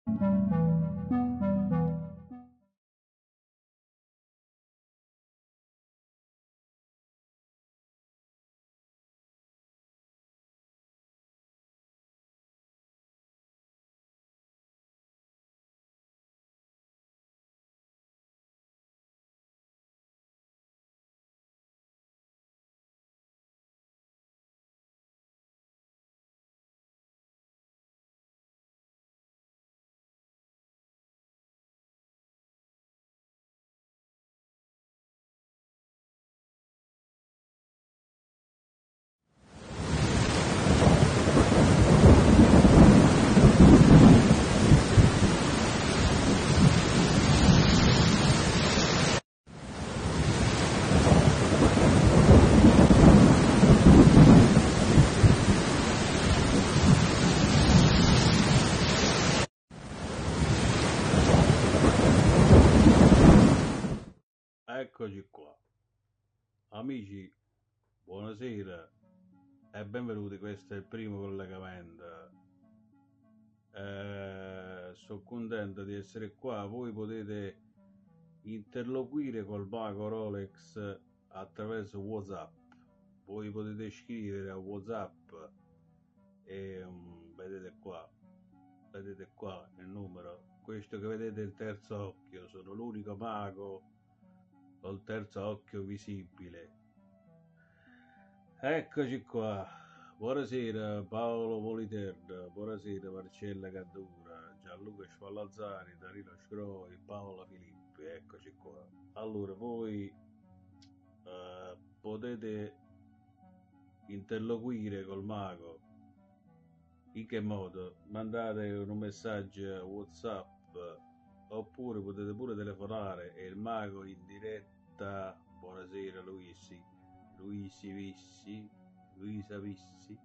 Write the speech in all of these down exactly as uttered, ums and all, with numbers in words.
Eccoci qua, amici, buonasera e benvenuti. Questo è il primo collegamento. Eh, sono contento di essere qua. Voi potete interloquire col mago Rolex attraverso WhatsApp. Voi potete scrivere a WhatsApp e um, vedete qua, vedete qua il numero. Questo che vedete è il terzo occhio. Sono l'unico mago col terzo occhio visibile. Eccoci qua. Buonasera Paolo Politerno, buonasera Marcella Caddura, Gianluca Spalazzari, Danilo Scroi, Paola Filippi, eccoci qua. Allora voi eh, potete interloquire col mago. In che modo? Mandate un messaggio WhatsApp oppure potete pure telefonare e il mago in diretta. Buonasera Luisi, Luisi Vissi, Luisa Vissi.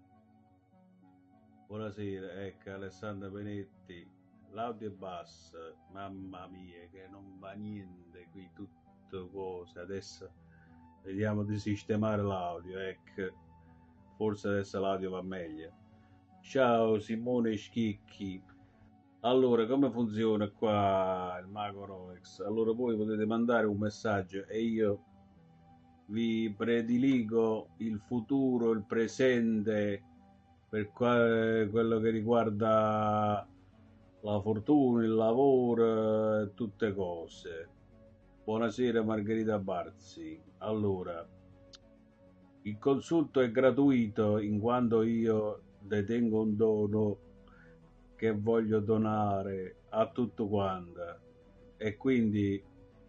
Buonasera, ecco Alessandra Benetti. L'audio è basso, mamma mia che non va niente qui, tutto cose. Adesso vediamo di sistemare l'audio, ecco. Forse adesso l'audio va meglio. Ciao Simone Schicchi. Allora, come funziona qua il mago Rolex? Allora voi potete mandare un messaggio e io vi prediligo il futuro, il presente, per qua- quello che riguarda la fortuna, il lavoro, e tutte cose. Buonasera Margherita Barzi. Allora, il consulto è gratuito in quanto io detengo un dono che voglio donare a tutto quanto e quindi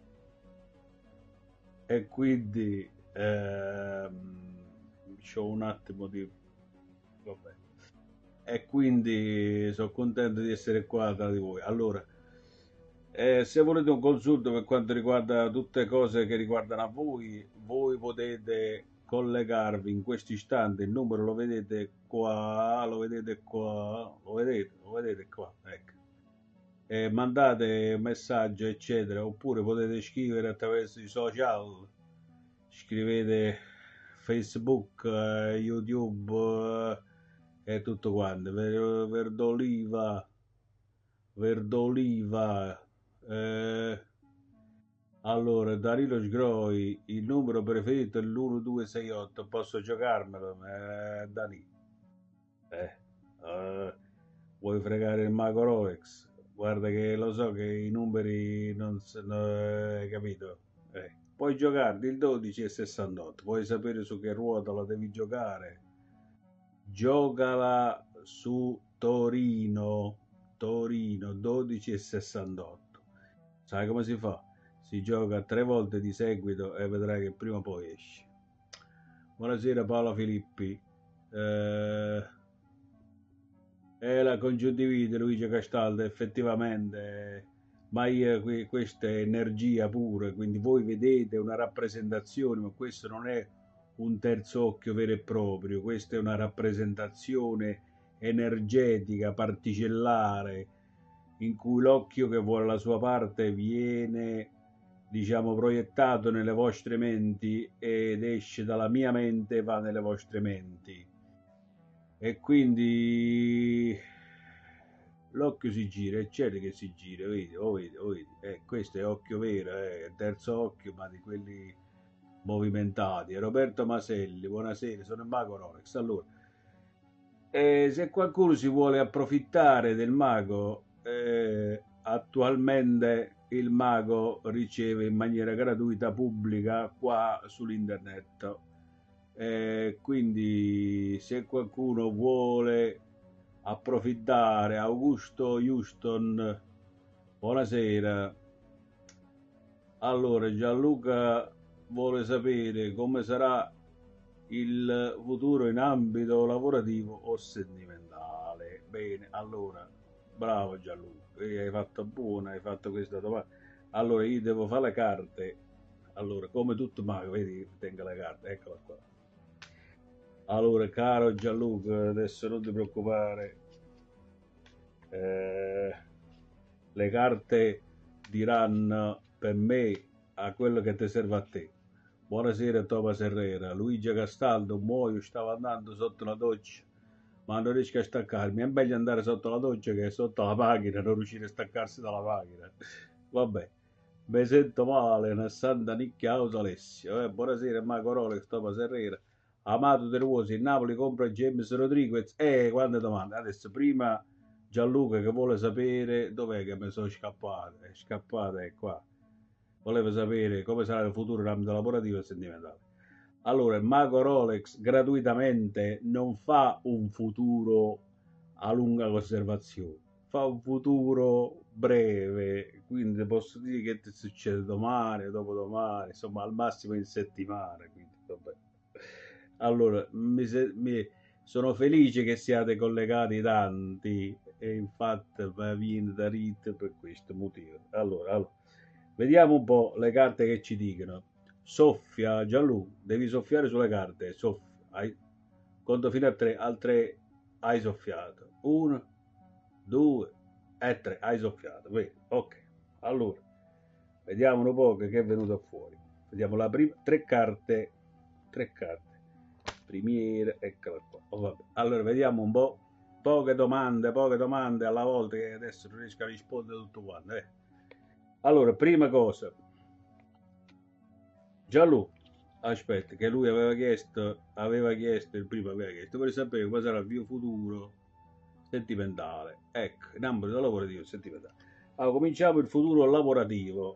e quindi ehm, c'ho un attimo di vabbè e quindi sono contento di essere qua tra di voi. Allora, eh, se volete un consulto per quanto riguarda tutte cose che riguardano a voi, voi potete collegarvi in questo istante. Il numero lo vedete qua, lo vedete qua, lo vedete, lo vedete qua, ecco. E mandate messaggio eccetera, oppure potete scrivere attraverso i social, scrivete Facebook, eh, YouTube eh, e tutto quanto. Ver- Verdoliva, Verdoliva. eh, allora, Danilo Sgroi, il numero preferito è l'uno due sei otto, posso giocarmelo? Eh, Dani, eh, eh, vuoi fregare il mago Rolex? Guarda che lo so che i numeri non sono, hai capito? Eh, puoi giocarti il dodici e sessantotto, vuoi sapere su che ruota la devi giocare? Giocala su Torino, Torino dodici e sessantotto. Sai come si fa? Si gioca tre volte di seguito e vedrai che prima o poi esce. Buonasera Paola Filippi. Eh, è la congiuntivite Luigi Castaldo, effettivamente, ma io, qui- questa è energia pura, quindi voi vedete una rappresentazione, ma questo non è un terzo occhio vero e proprio, questa è una rappresentazione energetica, particellare, in cui l'occhio che vuole la sua parte viene, diciamo, proiettato nelle vostre menti ed esce dalla mia mente e va nelle vostre menti. E quindi l'occhio si gira, è certo che si gira, vedi, oh, vedi, oh, vedi. Eh, questo è occhio vero, eh, il terzo occhio, ma di quelli movimentati. Roberto Maselli, buonasera, sono il mago Rolex. Allora, eh, se qualcuno si vuole approfittare del mago, eh, attualmente il mago riceve in maniera gratuita pubblica qua sull'internet. Eh, quindi se qualcuno vuole approfittare, Augusto Houston, buonasera. Allora, Gianluca vuole sapere come sarà il futuro in ambito lavorativo o sentimentale. Bene, allora, bravo Gianluca, eh, hai fatto buona, hai fatto questa domanda. Allora, io devo fare le carte. Allora, come tutto mago, vedi, tengo le carte, eccola qua. Allora, caro Gianluca, adesso non ti preoccupare, eh, le carte diranno per me a quello che ti serve a te. Buonasera Thomas Herrera, Luigi Castaldo, muoio, stavo andando sotto la doccia, ma non riesco a staccarmi. È meglio andare sotto la doccia che sotto la macchina, non riuscire a staccarsi dalla macchina. Vabbè, mi sento male, una santa nicchia Alessio. Eh, buonasera Marco Rolex, Thomas Herrera. Amato De Ruosi, in Napoli compra James Rodriguez. Eh, quante domande. Adesso prima Gianluca che vuole sapere dov'è che mi sono scappato. È scappato, è qua. Voleva sapere come sarà il futuro in ambito lavorativo e sentimentale. Allora, il mago Rolex gratuitamente non fa un futuro a lunga conservazione, fa un futuro breve, quindi posso dire che ti succede domani, dopodomani, insomma al massimo in settimana. Quindi, vabbè. Allora, mi, se, mi sono felice che siate collegati tanti e infatti mi viene da ridere per questo motivo. Allora, allora, vediamo un po' le carte che ci dicono. Soffia, Gianlu, devi soffiare sulle carte. Soffia, hai, conto fino a tre, al tre hai soffiato. Uno, due e tre, hai soffiato. Vedi? Ok, allora, vediamo un po' che è venuto fuori. Vediamo la prima, tre carte, tre carte. Primiere, eccola qua. Oh, vabbè. Allora, vediamo un po'. Poche domande, poche domande alla volta che adesso non riesco a rispondere tutto quanto. Eh. Allora, prima cosa, Gianlu, aspetta, che lui aveva chiesto, aveva chiesto, il primo aveva chiesto, vorrei sapere come sarà il mio futuro sentimentale. Ecco, in ambito lavorativo sentimentale. Allora, cominciamo il futuro lavorativo.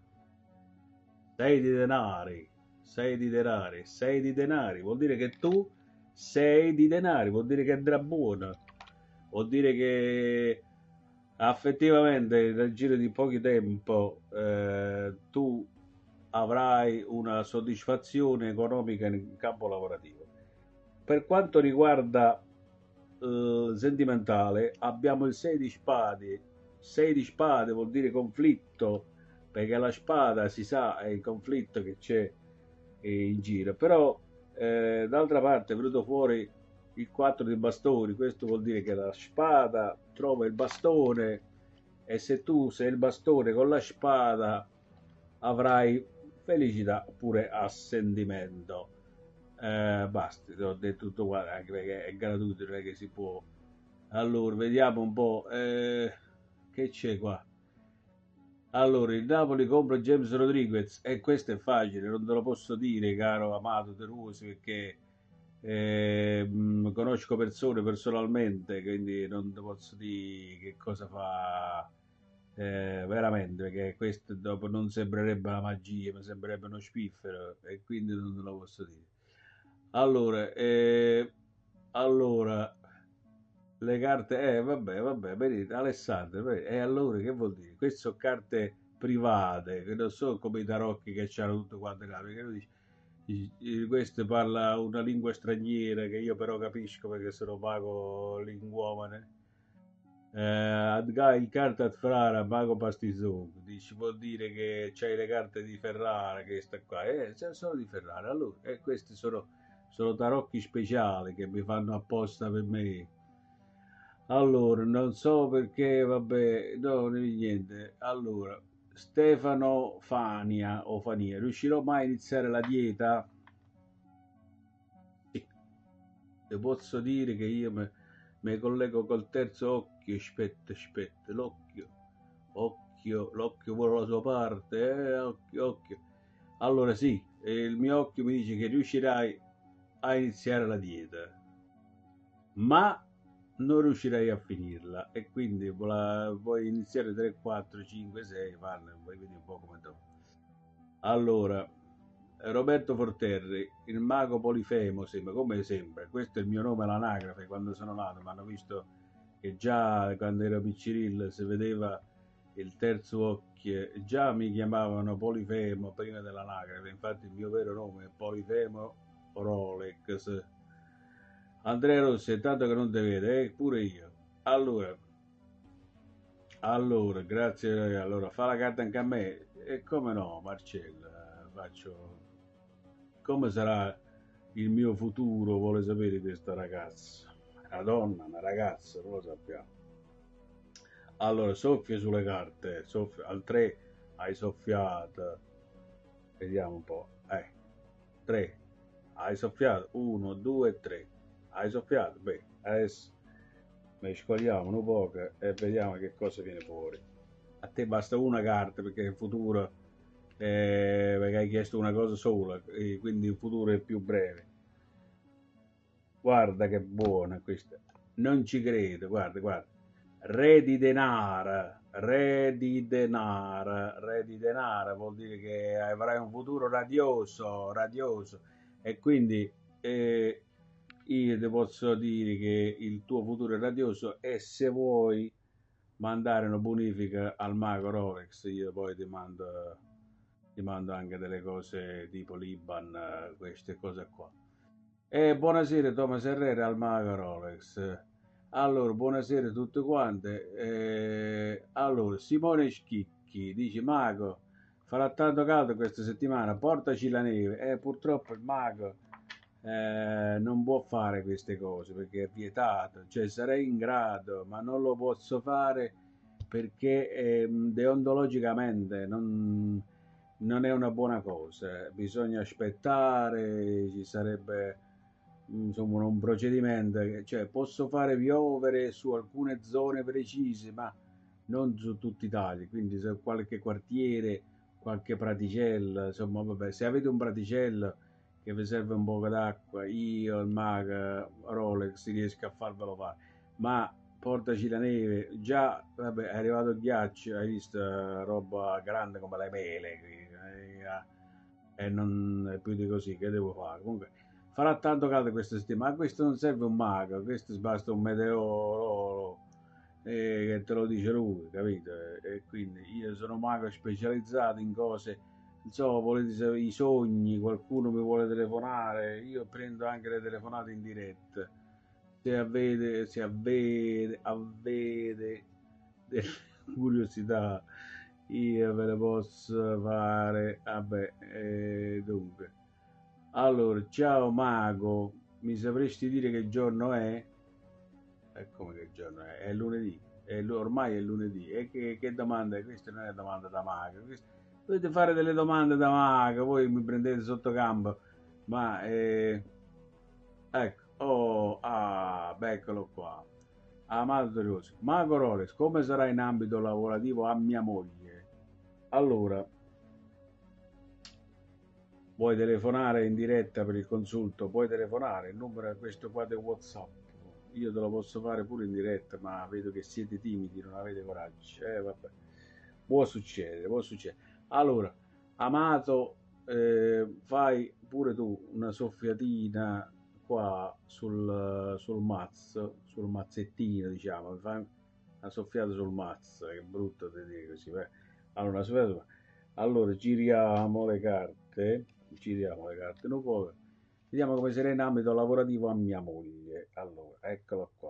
Sei di denari, sei di denari, sei di denari, vuol dire che tu sei di denari, vuol dire che andrà buona, vuol dire che effettivamente nel giro di poco tempo eh, tu avrai una soddisfazione economica in campo lavorativo. Per quanto riguarda eh, sentimentale, abbiamo il sei di spade. sei di spade vuol dire conflitto, perché la spada si sa è il conflitto che c'è in giro, però eh, d'altra parte è venuto fuori il quattro di bastoni. Questo vuol dire che la spada trova il bastone e se tu sei il bastone con la spada avrai felicità oppure assentimento. Eh, basta, ti ho detto tutto qua, anche perché è gratuito, non è che si può. Allora, vediamo un po', eh, che c'è qua. Allora, il Napoli compra James Rodriguez e questo è facile, non te lo posso dire, caro Amato De Rusi, perché eh, mh, conosco persone personalmente, quindi non ti posso dire che cosa fa eh, veramente, perché questo dopo non sembrerebbe la magia, ma sembrerebbe uno spiffero e quindi non te lo posso dire. Allora, eh, allora le carte, eh vabbè, vabbè, vedete, Alessandro, vedete, e allora che vuol dire? Queste sono carte private, che non sono come i tarocchi che c'hanno tutto quanto là, perché lui dice, questo parla una lingua straniera che io però capisco perché sono mago linguomane. Eh, il carta di Ferrara, mago Pastizzoco, dici, vuol dire che c'hai le carte di Ferrara, che sta qua, eh, sono di Ferrara, allora, e eh, questi sono, sono tarocchi speciali che mi fanno apposta per me. Allora, non so perché, vabbè, no, niente. Allora, Stefano Fania o Fania, riuscirò mai a iniziare la dieta? Sì, ti posso dire che io mi collego col terzo l'occhio, aspetta, aspetta, l'occhio, occhio, l'occhio vuole la sua parte, eh, occhio, occhio. Allora sì, il mio occhio mi dice che riuscirai a iniziare la dieta, ma non riuscirai a finirla, e quindi vuoi iniziare tre, quattro, cinque, sei, farne, vuoi vedere un po' come tu. Allora, Roberto Forterri, il mago Polifemo, sembra, come sembra, questo è il mio nome all'anagrafe. Quando sono nato mi hanno visto che già quando ero picciril si vedeva il terzo occhio, già mi chiamavano Polifemo prima dell'anagrafe, infatti il mio vero nome è Polifemo Rolex. Andrea Rossi, è tanto che non ti vede, eh? Pure io. Allora, allora, grazie, allora, fa la carta anche a me, e come no, Marcella, faccio... Come sarà il mio futuro, vuole sapere questa ragazza. Una donna, una ragazza, non lo sappiamo. Allora, soffia sulle carte, soffia, al tre hai soffiato, vediamo un po', eh, tre, hai soffiato, uno, due, tre, hai soffiato, beh, adesso mescoliamo un po' e vediamo che cosa viene fuori. A te basta una carta perché in futuro, eh, perché hai chiesto una cosa sola, e quindi il futuro è più breve. Guarda che buona questa, non ci credo, guarda, guarda. Re di denaro, re di denaro, re di denaro vuol dire che avrai un futuro radioso, radioso, e quindi eh, io ti posso dire che il tuo futuro è radioso, e se vuoi mandare una bonifica al mago Rolex, io poi ti mando, ti mando anche delle cose tipo Liban, queste cose qua. E buonasera Thomas Herrera al mago Rolex. Allora, buonasera a tutte quante. Eh, allora, Simone Schicchi dice: Mago, farà tanto caldo questa settimana, portaci la neve. Eh, purtroppo il mago eh, non può fare queste cose perché è vietato. Cioè, sarei in grado, ma non lo posso fare perché eh, deontologicamente non, non è una buona cosa. Bisogna aspettare, ci sarebbe insomma un procedimento, cioè posso fare piovere su alcune zone precise ma non su tutta Italia, quindi se qualche quartiere, qualche praticella, insomma vabbè, se avete un praticello che vi serve un po' d'acqua, io il mago Rolex riesco a farvelo fare, ma portaci la neve, già vabbè, è arrivato il ghiaccio, hai visto roba grande come le mele e non è più di così, che devo fare? Comunque farà tanto caldo questa settimana, ma questo non serve un mago, questo basta un meteorologo eh, che te lo dice lui, capito? E quindi io sono un mago specializzato in cose, non so, volete sapere i sogni, qualcuno mi vuole telefonare, io prendo anche le telefonate in diretta. Se avvede, se avvede, avvede delle curiosità, io ve le posso fare, vabbè, eh, dunque. Allora, ciao mago, mi sapresti dire che giorno è? E come che giorno è? È lunedì, è, ormai è lunedì. E che, che domanda è? Questa non è una domanda da mago. Questa, dovete fare delle domande da mago, voi mi prendete sotto campo. Ma, eh, ecco, oh, ah, beh, eccolo qua. Amato Torioso. Mago Rolex, come sarà in ambito lavorativo a mia moglie? Allora, vuoi telefonare in diretta per il consulto? Puoi telefonare, il numero è questo qua del WhatsApp. Io te lo posso fare pure in diretta, ma vedo che siete timidi, non avete coraggio. Eh, vabbè. Può succedere, può succedere. Allora, amato, eh, fai pure tu una soffiatina qua sul, sul mazzo, sul mazzettino, diciamo. Fai una soffiata sul mazzo, che brutto di dire così. Beh. Allora, una soffiata. Allora, giriamo le carte, giriamo le carte un po'. Vediamo come sarà in ambito lavorativo a mia moglie. Allora, eccola qua.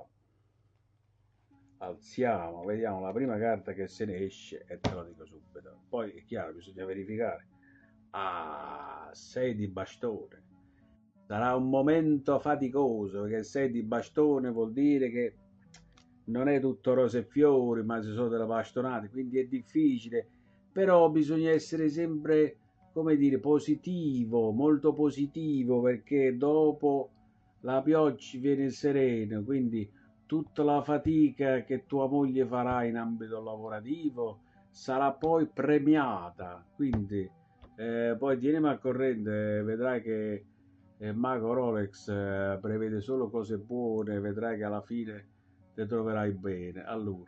Alziamo, vediamo la prima carta che se ne esce e te lo dico subito. Poi è chiaro, bisogna verificare. Ah, sei di bastone. Sarà un momento faticoso, perché sei di bastone vuol dire che non è tutto rose e fiori, ma ci sono delle bastonate, quindi è difficile. Però bisogna essere sempre, come dire, positivo, molto positivo, perché dopo la pioggia viene il sereno, quindi tutta la fatica che tua moglie farà in ambito lavorativo sarà poi premiata. Quindi eh, poi tienimi al corrente, vedrai che eh, Mago Rolex eh, prevede solo cose buone, vedrai che alla fine le troverai bene. Allora,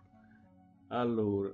allora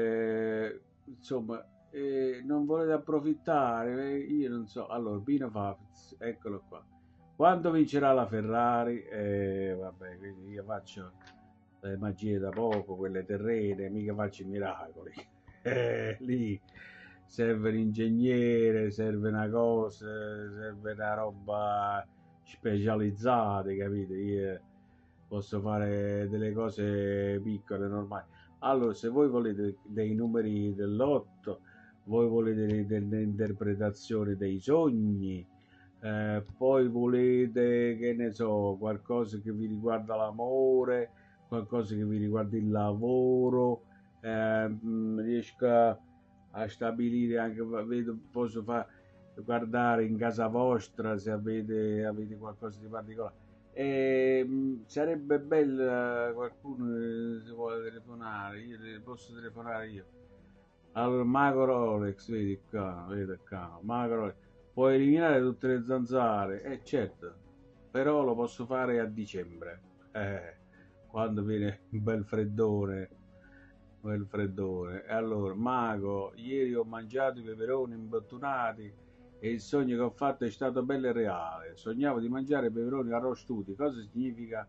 eh, insomma, eh, non volete approfittare? Eh, io non so. Allora, Pino Fafez, eccolo qua. Quando vincerà la Ferrari? Eh, vabbè, quindi io faccio le magie da poco, quelle terrene, mica faccio i miracoli. Eh, lì serve un ingegnere, serve una cosa, serve una roba specializzata, capite? Io posso fare delle cose piccole, normali. Allora, se voi volete dei numeri dell'otto, voi volete delle interpretazioni dei sogni, eh, poi volete, che ne so, qualcosa che vi riguarda l'amore, qualcosa che vi riguarda il lavoro, eh, mh, riesco a, a stabilire anche, vedo, posso far guardare in casa vostra se avete, avete qualcosa di particolare. E, mh, sarebbe bello, qualcuno eh, se vuole telefonare, io le- posso telefonare io. Allora, Mago Rolex, vedi qua, vedi qua, Mago Rolex. Puoi eliminare tutte le zanzare, eh certo, però lo posso fare a dicembre, eh, quando viene un bel freddone, un bel freddone. E allora, Mago, ieri ho mangiato i peperoni imbottunati e il sogno che ho fatto è stato bello e reale. Sognavo di mangiare peperoni arrostuti. Cosa significa?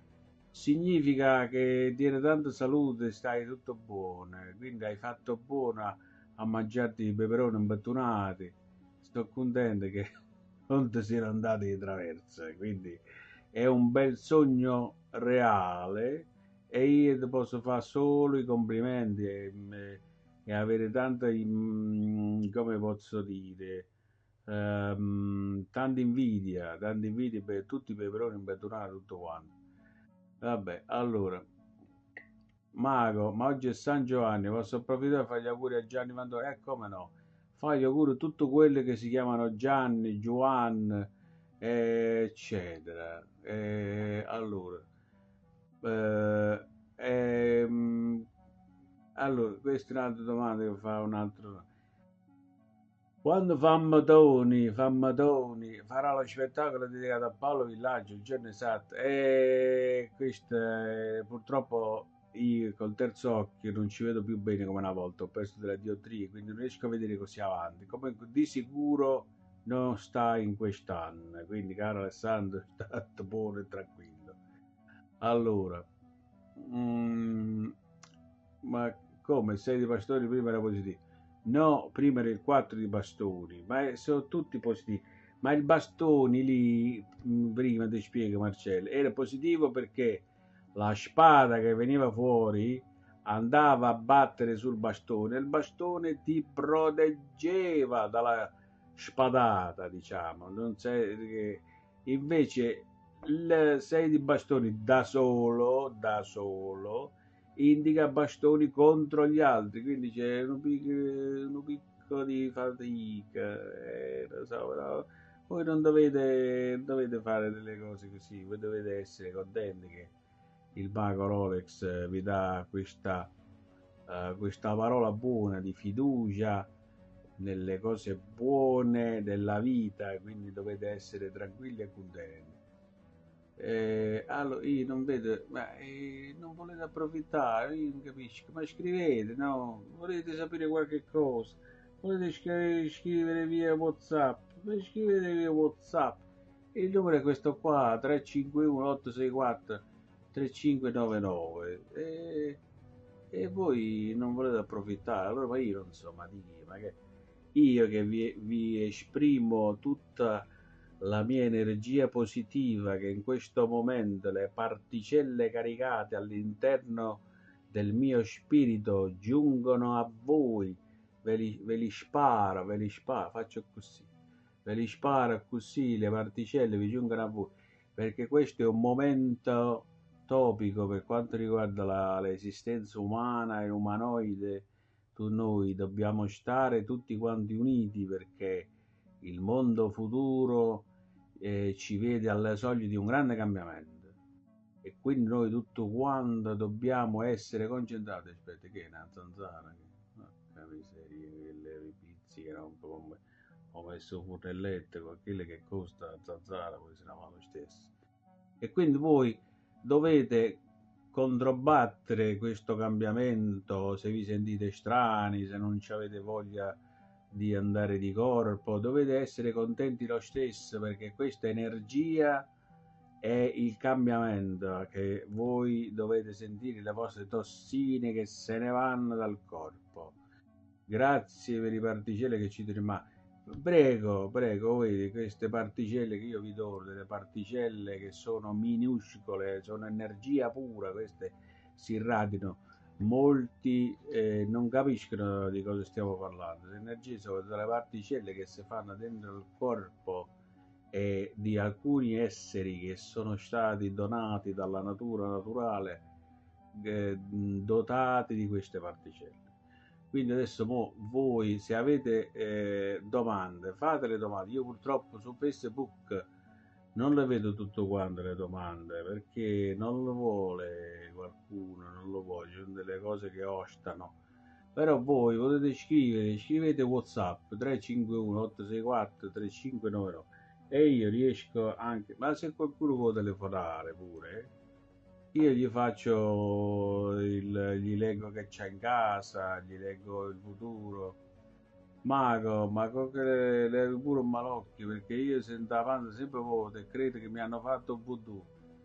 Significa che tiene tanta salute, stai tutto buono, quindi hai fatto buona a mangiarti i peperoni imbottunati. Sto contento che non ti siano andati di traversa, quindi è un bel sogno reale e io ti posso fare solo i complimenti e, e avere tanta, mm, come posso dire, ehm, tanta invidia, tanta invidia per tutti i peperoni imbottunati, tutto quanto. Vabbè, allora, Mago, ma oggi è San Giovanni, posso approfittare per fare gli auguri a Gianni Vandone? Eh, come no? Fai gli auguri a tutti quelli che si chiamano Gianni, Giovanni, eh, eccetera. Eh, allora, eh, ehm, allora, questa è un'altra domanda che fa un altro. Quando Fammatoni, Fammatoni farà lo spettacolo dedicato a Paolo Villaggio il giorno esatto, e questo eh, purtroppo io col terzo occhio non ci vedo più bene come una volta, ho perso delle dioptrie, quindi non riesco a vedere così avanti. Comunque di sicuro non sta in quest'anno, quindi caro Alessandro, state buono e tranquillo. Allora, mm, ma come sei di pastori prima era positivo? No, prima era il quattro di bastoni, ma è- sono tutti positivi. Ma il bastoni lì, mh, prima ti spiego Marcello, era positivo perché la spada che veniva fuori andava a battere sul bastone e il bastone ti proteggeva dalla spadata, diciamo. Non sei, che- invece il sei di bastoni da solo, da solo, indica bastoni contro gli altri, quindi c'è un, pic- un picco di fatica, eh, lo so, però voi non dovete, dovete fare delle cose così, voi dovete essere contenti che il mago Rolex eh, vi dà questa, eh, questa parola buona di fiducia nelle cose buone della vita, quindi dovete essere tranquilli e contenti. Eh, allora, io non vedo, ma eh, non volete approfittare, io non capisco, ma scrivete, no? Volete sapere qualche cosa? Volete scri- scrivere via WhatsApp? Ma scrivete via WhatsApp. Il numero è questo qua, tre cinque uno otto sei quattro tre cinque nove nove. E, e voi non volete approfittare, allora ma io non so, ma di chi? Ma che io che vi, vi esprimo tutta la mia energia positiva che in questo momento le particelle caricate all'interno del mio spirito giungono a voi, ve li, ve li sparo, ve li sparo, faccio così, ve li sparo così, le particelle vi giungono a voi, perché questo è un momento topico per quanto riguarda la- l'esistenza umana e umanoide. Tu, noi dobbiamo stare tutti quanti uniti perché il mondo futuro eh, ci vede alle soglie di un grande cambiamento e quindi noi tutto quanto dobbiamo essere concentrati. Aspetta, che è una zanzara? Porca miseria, che le pizziche, un po' come ho messo un fornelletto con quello che costa la zanzara, poi se la fa lo stesso. E quindi voi dovete controbattere questo cambiamento, se vi sentite strani, se non avete voglia di andare di corpo, dovete essere contenti lo stesso, perché questa energia è il cambiamento che voi dovete sentire, le vostre tossine che se ne vanno dal corpo. Grazie per i particelle che ci rimangono. Prego, prego, vedi queste particelle che io vi do, delle particelle che sono minuscole, sono energia pura, queste si irradiano. Molti eh, non capiscono di cosa stiamo parlando. Le energie sono delle particelle che si fanno dentro il corpo e di alcuni esseri che sono stati donati dalla natura naturale, eh, dotati di queste particelle. Quindi adesso mo, voi se avete eh, domande, fate le domande. Io purtroppo su Facebook non le vedo tutto quanto le domande, perché non lo vuole qualcuno, non lo vuole, ci sono delle cose che ostano. Però voi potete scrivere, scrivete WhatsApp tre cinque uno otto sei quattro tre cinque nove nove e io riesco anche, ma se qualcuno può telefonare pure, eh, io gli faccio il, gli leggo che c'è in casa, gli leggo il futuro. Mago, ma con che le, le pure un malocchio, perché io sento avanti sempre volte e credo che mi hanno fatto voodoo.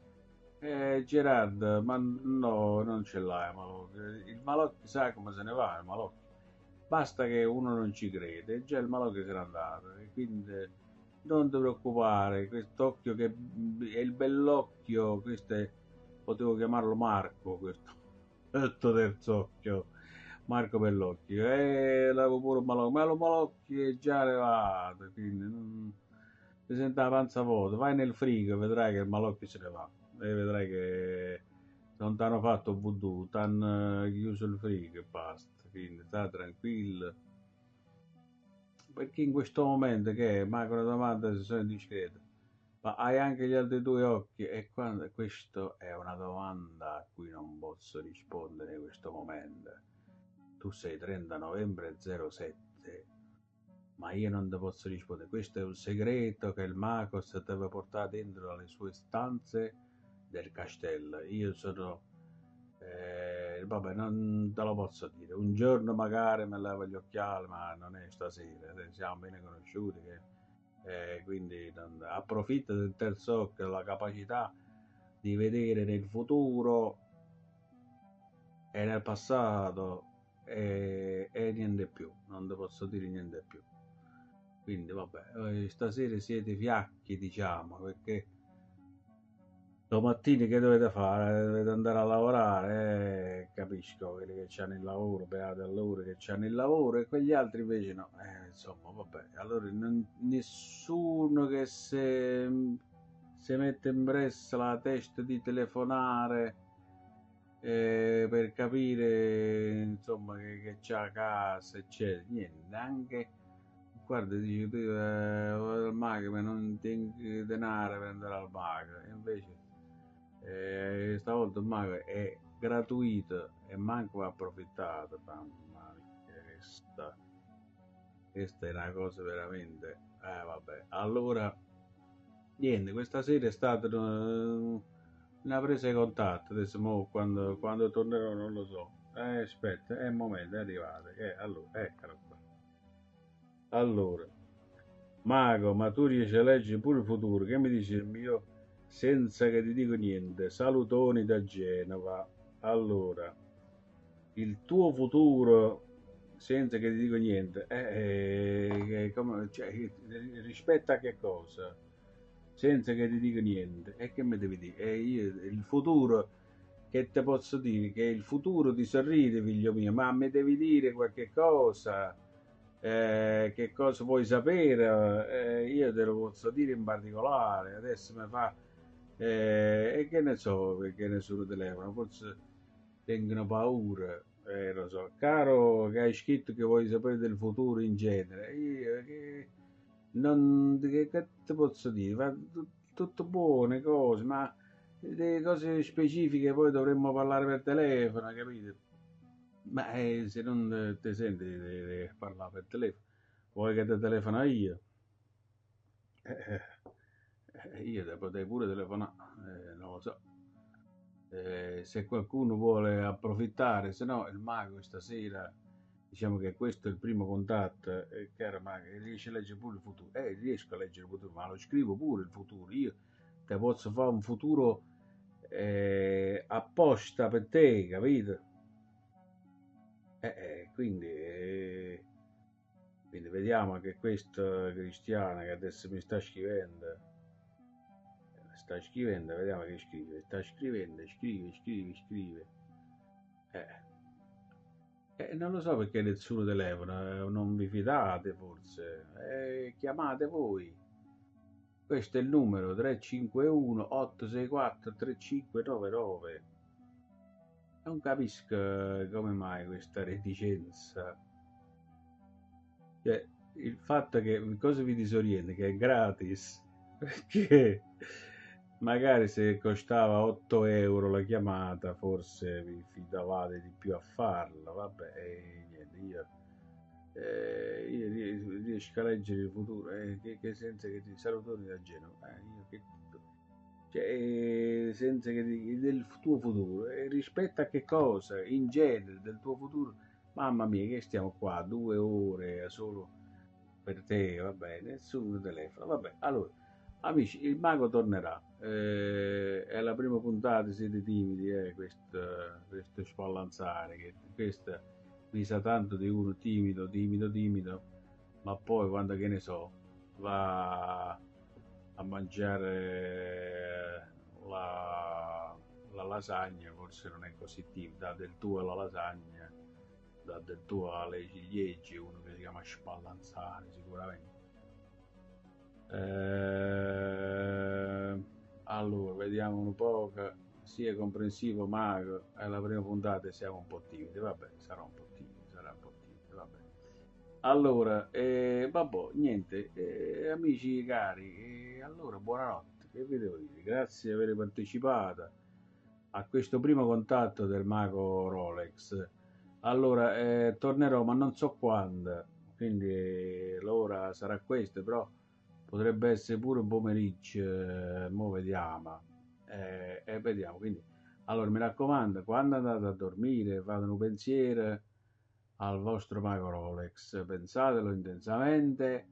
Eh, Gerard, ma no, non ce l'hai malocchio. Il malocchio sa come se ne va il malocchio. Basta che uno non ci crede, e già il malocchio se n'è andato. E quindi non ti preoccupare, quest'occhio che è il bell'occhio, questo è, potevo chiamarlo Marco, questo, questo terzo occhio. Marco Bellocchio, e l'avevo pure un malocchio, ma lo malocchio è già arrivato, quindi non ti sente la panza vuota, vai nel frigo e vedrai che il malocchio se ne va, e vedrai che non ti hanno fatto voodoo, ti hanno chiuso il frigo e basta, quindi stai tranquillo, perché in questo momento che è, manca una domanda se sono discreto, ma hai anche gli altri due occhi? E quando, questa è una domanda a cui non posso rispondere in questo momento. Tu sei trenta novembre zero sette, ma io non ti posso rispondere. Questo è un segreto che il Magos deve portare dentro le sue stanze del castello. Io sono... Eh, vabbè, non te lo posso dire. Un giorno magari mi levo gli occhiali, ma non è stasera. Siamo bene conosciuti. Che, eh, quindi non, approfitto del terzo occhio, della capacità di vedere nel futuro e nel passato e, e niente più, non ti posso dire niente più. Quindi vabbè, eh, stasera siete fiacchi, diciamo, perché domattina che dovete fare? Dovete andare a lavorare, eh, capisco, quelli che hanno il lavoro, beati a loro che hanno il lavoro e quegli altri invece no. Eh, insomma, vabbè, allora non, nessuno che se, se mette in pressa la testa di telefonare eh, per capire insomma che, che c'ha a casa eccetera, niente, anche guarda dici tu eh, vado al mago ma non tengo denaro per andare al mago, e invece eh, stavolta il mago è gratuito e manco va approfittato, mamma mia, questa, questa è una cosa veramente, eh vabbè, allora niente, questa sera è stata una, una presa di contatto, adesso mo quando, quando tornerò non lo so. Eh, aspetta, è il momento, è arrivato. Eh, allora, eccolo qua. Allora, Mago, ma tu riesci a leggere pure il futuro, che mi dici il mio senza che ti dico niente? Salutoni da Genova. Allora, il tuo futuro senza che ti dico niente, eh, eh, come, cioè, rispetto a che cosa? Senza che ti dico niente. E che mi devi dire? E io, il futuro, che te posso dire? Che il futuro ti sorride, figlio mio, ma mi devi dire qualche cosa, eh, che cosa vuoi sapere? Eh, io te lo posso dire in particolare, adesso mi fa... Eh, e che ne so, perché nessuno telefona, forse tengono paura, eh, lo so. Caro che hai scritto che vuoi sapere del futuro in genere, io che non che, che ti posso dire, va tu- tutto buone cose, ma delle cose specifiche poi dovremmo parlare per telefono, capito? Ma eh, se non eh, ti senti di, di parlare per telefono, vuoi che ti telefono io? Eh, eh, io te potrei pure telefonare, eh, non lo so. Eh, se qualcuno vuole approfittare, se no il mago stasera, diciamo che questo è il primo contatto, eh, caro mago, riesce a leggere pure il futuro. Eh, riesco a leggere il futuro, ma lo scrivo pure il futuro. Io te posso fare un futuro eh, apposta per te, capito? Eh, eh, quindi, eh, quindi vediamo che questa cristiana che adesso mi sta scrivendo, sta scrivendo, vediamo che scrive, sta scrivendo, scrive, scrive, scrive. Eh, eh, non lo so perché nessuno telefona, eh, non vi fidate forse, eh, chiamate voi. Questo è il numero tre cinque uno otto sei quattro tre cinque nove nove. Non capisco come mai questa reticenza. Cioè, il fatto che cosa vi disorienta? Che è gratis. Perché magari se costava otto euro la chiamata, forse vi fidavate di più a farla. Vabbè, e niente, io, eh, io riesco a leggere il futuro. Eh, che, che senza che ti salutoni da Genova. Eh, io che, cioè, senza che ti, del tuo futuro. E rispetto a che cosa? In genere, del tuo futuro. Mamma mia, che stiamo qua due ore solo per te, vabbè, nessuno telefono. Vabbè, allora, amici, il mago tornerà. Eh, è la prima puntata, siete timidi, eh, questo, questo spallanzare, che questa mi sa tanto di uno timido, timido, timido, ma poi quando che ne so, va a mangiare la, la lasagna, forse non è così timida, del tuo alla lasagna da del tuo alle ciliegie, uno che si chiama Spallanzare sicuramente. Eh, allora, vediamo un po' che sia comprensivo mago, è la prima puntata e siamo un po' timidi, vabbè, sarà un po' timido, sarà un po' timido, vabbè. Allora, eh, vabbè, niente, eh, amici cari, eh, allora buonanotte, che vi devo dire, grazie di aver partecipato a questo primo contatto del mago Rolex. Allora, eh, tornerò, ma non so quando, quindi eh, l'ora sarà questa, però potrebbe essere pure un pomeriggio, eh, mo vediamo, eh, e vediamo, quindi, allora mi raccomando, quando andate a dormire, fate un pensiero al vostro mago Rolex, pensatelo intensamente,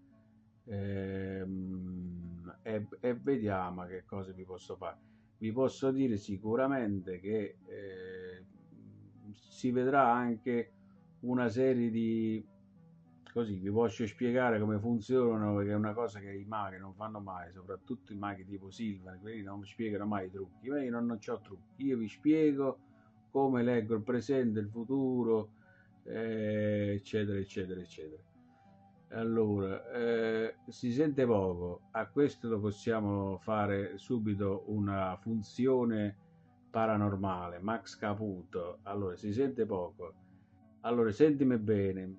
ehm, e, e vediamo che cosa vi posso fare. Vi posso dire sicuramente che eh, si vedrà anche una serie di così vi posso spiegare come funzionano perché è una cosa che i maghi non fanno mai, soprattutto i maghi tipo Silvan, quelli non spiegano mai i trucchi, ma io non, non ho trucchi, io vi spiego come leggo il presente, il futuro, eh, eccetera, eccetera, eccetera. Allora, eh, si sente poco, a questo lo possiamo fare subito una funzione paranormale, Max Caputo. Allora, si sente poco. Allora, sentimi bene.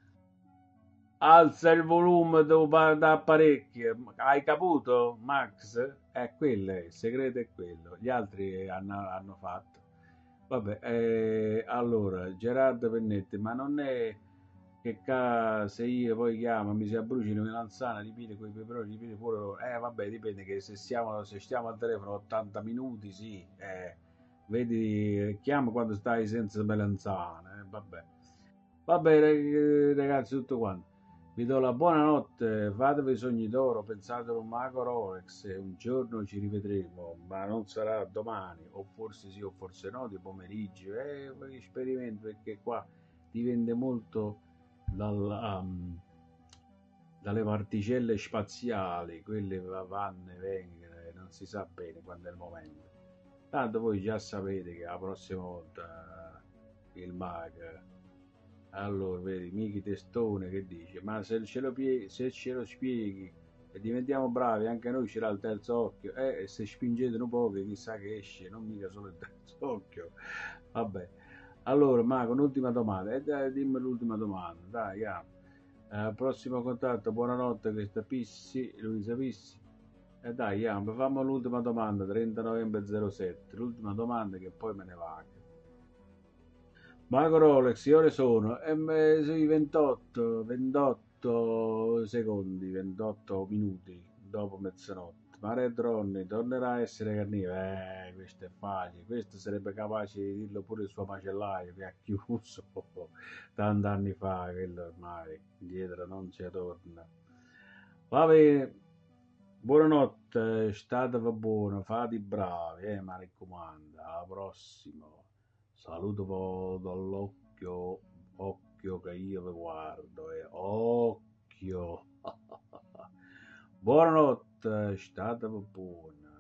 Alza il volume da apparecchio. Hai capito, Max? È quello, il segreto è quello. Gli altri hanno, hanno fatto. Vabbè, eh, allora, Gerardo Pennetti, ma non è che ca- se io poi chiamo mi si abbruciano le melanzane, ripete quei peperoni, ripete pure loro. Eh, vabbè, dipende che se stiamo, se stiamo al telefono ottanta minuti, sì, eh, vedi, chiamo quando stai senza melanzane, eh, vabbè. Vabbè, rag- ragazzi, tutto quanto. Vi do la buonanotte, fatevi sogni d'oro, pensate a un mago Rolex e un giorno ci rivedremo, ma non sarà domani, o forse sì o forse no, di pomeriggio, e poi esperimento perché qua dipende molto dal, um, dalle particelle spaziali, quelle vanno e vengono e non si sa bene quando è il momento. Tanto voi già sapete che la prossima volta il mago allora, vedi, Michi Testone che dice, ma se ce lo, pie- se ce lo spieghi e diventiamo bravi, anche noi c'era il terzo occhio, eh, e se spingete un po' che chissà che esce, non mica solo il terzo occhio. Vabbè, allora, Marco, un'ultima domanda, eh, dai, dimmi l'ultima domanda, dai, yeah. Eh, prossimo contatto, buonanotte, questa Pissi, Luisa Pissi. E dai, Ian, facciamo l'ultima domanda, trenta novembre zero sette, l'ultima domanda che poi me ne vado. Marco Rolex, che ore sono? Eh, beh, sui ventotto, ventotto secondi, ventotto minuti dopo mezzanotte. Ma Red Ronnie tornerà a essere carnivoro? Eh, questo è facile. Questo sarebbe capace di dirlo pure il suo macellaio che ha chiuso tanti anni fa, quello ormai indietro non ci torna. Va bene, buonanotte, statevi buono, fate i bravi, eh, mi raccomando, alla prossima. Saluto po' dall'occhio, occhio che io vi guardo, eh, occhio. Buonanotte, statevi buoni.